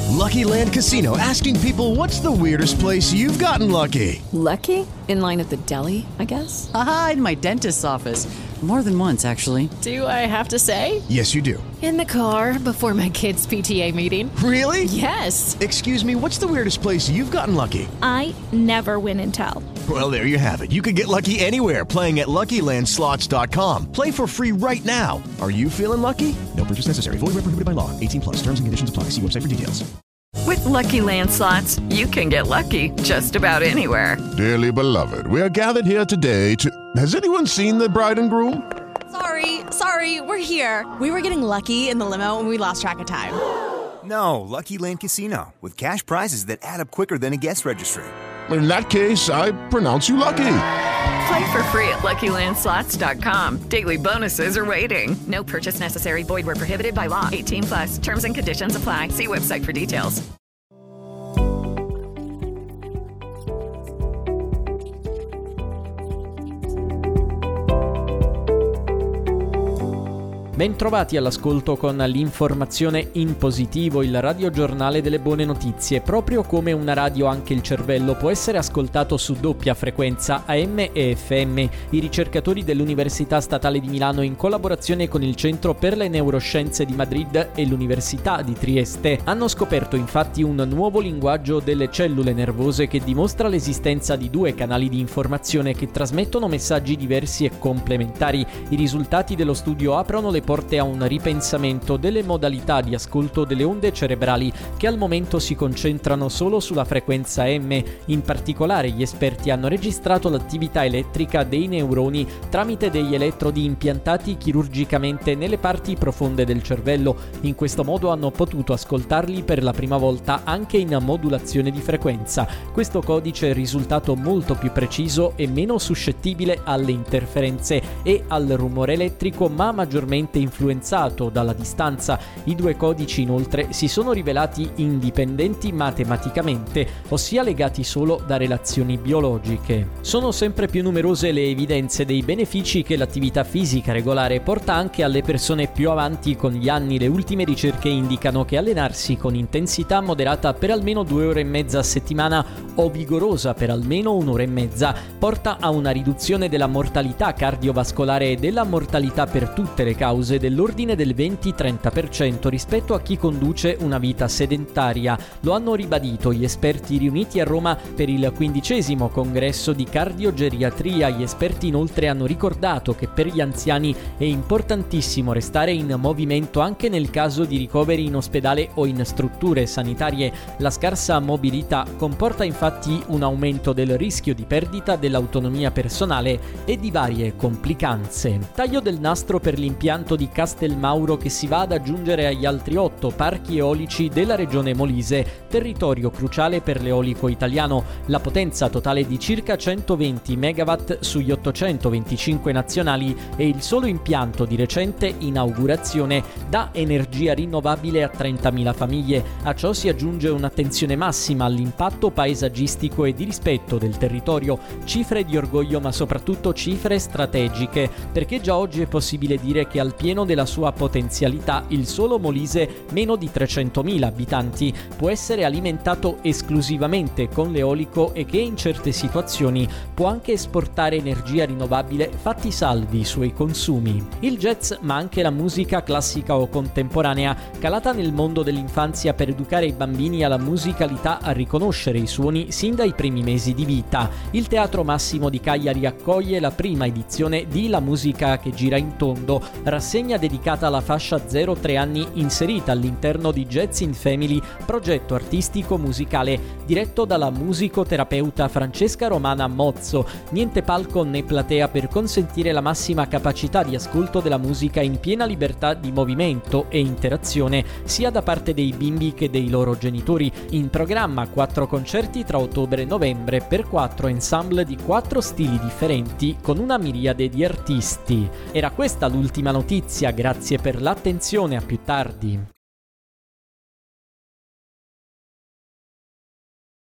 Lucky Land Casino, asking people, what's the weirdest place you've gotten lucky? Lucky? In line at the deli, I guess? Aha, in my dentist's office. More than once, actually. Do I have to say? Yes, you do. In the car before my kids' PTA meeting. Really? Yes. Excuse me, what's the weirdest place you've gotten lucky? I never win and tell. Well, there you have it. You can get lucky anywhere, playing at LuckyLandSlots.com. Play for free right now. Are you feeling lucky? No purchase necessary. Void where prohibited by law. 18+. Terms and conditions apply. See website for details. With Lucky Land Slots, you can get lucky just about anywhere. Dearly beloved, we are gathered here today to... Has anyone seen the bride and groom? Sorry, we're here. We were getting lucky in the limo and we lost track of time. No, Lucky Land Casino, with cash prizes that add up quicker than a guest registry. In that case, I pronounce you lucky. Play for free at LuckyLandSlots.com. Daily bonuses are waiting. No purchase necessary. Void where prohibited by law. 18+. Terms and conditions apply. See website for details. Bentrovati all'ascolto con l'informazione in positivo, il radiogiornale delle buone notizie. Proprio come una radio, anche il cervello può essere ascoltato su doppia frequenza AM e FM. I ricercatori dell'Università Statale di Milano, in collaborazione con il Centro per le Neuroscienze di Madrid e l'Università di Trieste, hanno scoperto infatti un nuovo linguaggio delle cellule nervose che dimostra l'esistenza di due canali di informazione che trasmettono messaggi diversi e complementari. I risultati dello studio aprono le porte a un ripensamento delle modalità di ascolto delle onde cerebrali che al momento si concentrano solo sulla frequenza M. In particolare, gli esperti hanno registrato l'attività elettrica dei neuroni tramite degli elettrodi impiantati chirurgicamente nelle parti profonde del cervello. In questo modo hanno potuto ascoltarli per la prima volta anche in modulazione di frequenza. Questo codice è risultato molto più preciso e meno suscettibile alle interferenze e al rumore elettrico, ma maggiormente influenzato dalla distanza. I due codici inoltre si sono rivelati indipendenti matematicamente, ossia legati solo da relazioni biologiche. Sono sempre più numerose le evidenze dei benefici che l'attività fisica regolare porta anche alle persone più avanti con gli anni. Le ultime ricerche indicano che allenarsi con intensità moderata per almeno 2 ore e mezza a settimana o vigorosa per almeno 1 ora e mezza porta a una riduzione della mortalità cardiovascolare e della mortalità per tutte le cause dell'ordine del 20-30% rispetto a chi conduce una vita sedentaria. Lo hanno ribadito gli esperti riuniti a Roma per il 15° congresso di cardiogeriatria. Gli esperti inoltre hanno ricordato che per gli anziani è importantissimo restare in movimento anche nel caso di ricoveri in ospedale o in strutture sanitarie. La scarsa mobilità comporta infatti un aumento del rischio di perdita dell'autonomia personale e di varie complicanze. Taglio del nastro per l'impianto di Castelmauro che si va ad aggiungere agli altri 8 parchi eolici della regione Molise, territorio cruciale per l'eolico italiano. La potenza totale di circa 120 MW sugli 825 nazionali e il solo impianto di recente inaugurazione dà energia rinnovabile a 30.000 famiglie. A ciò si aggiunge un'attenzione massima all'impatto paesaggistico e di rispetto del territorio, cifre di orgoglio ma soprattutto cifre strategiche, perché già oggi è possibile dire che al pieno della sua potenzialità il solo Molise, meno di 300.000 abitanti, può essere alimentato esclusivamente con l'eolico e che in certe situazioni può anche esportare energia rinnovabile, fatti salvi i suoi consumi. Il jazz, ma anche la musica classica o contemporanea, calata nel mondo dell'infanzia per educare i bambini alla musicalità, a riconoscere i suoni sin dai primi mesi di vita. Il Teatro Massimo di Cagliari accoglie la prima edizione di La musica che gira in tondo, rassegna dedicata alla fascia 0-3 anni inserita all'interno di Jazz in Family, progetto artistico musicale diretto dalla musicoterapeuta Francesca Romana Mozzo. Niente palco né platea per consentire la massima capacità di ascolto della musica in piena libertà di movimento e interazione sia da parte dei bimbi che dei loro genitori. In programma 4 concerti tra ottobre e novembre per 4 ensemble di 4 stili differenti con una miriade di artisti. Era questa l'ultima notizia, grazie per l'attenzione, a più tardi.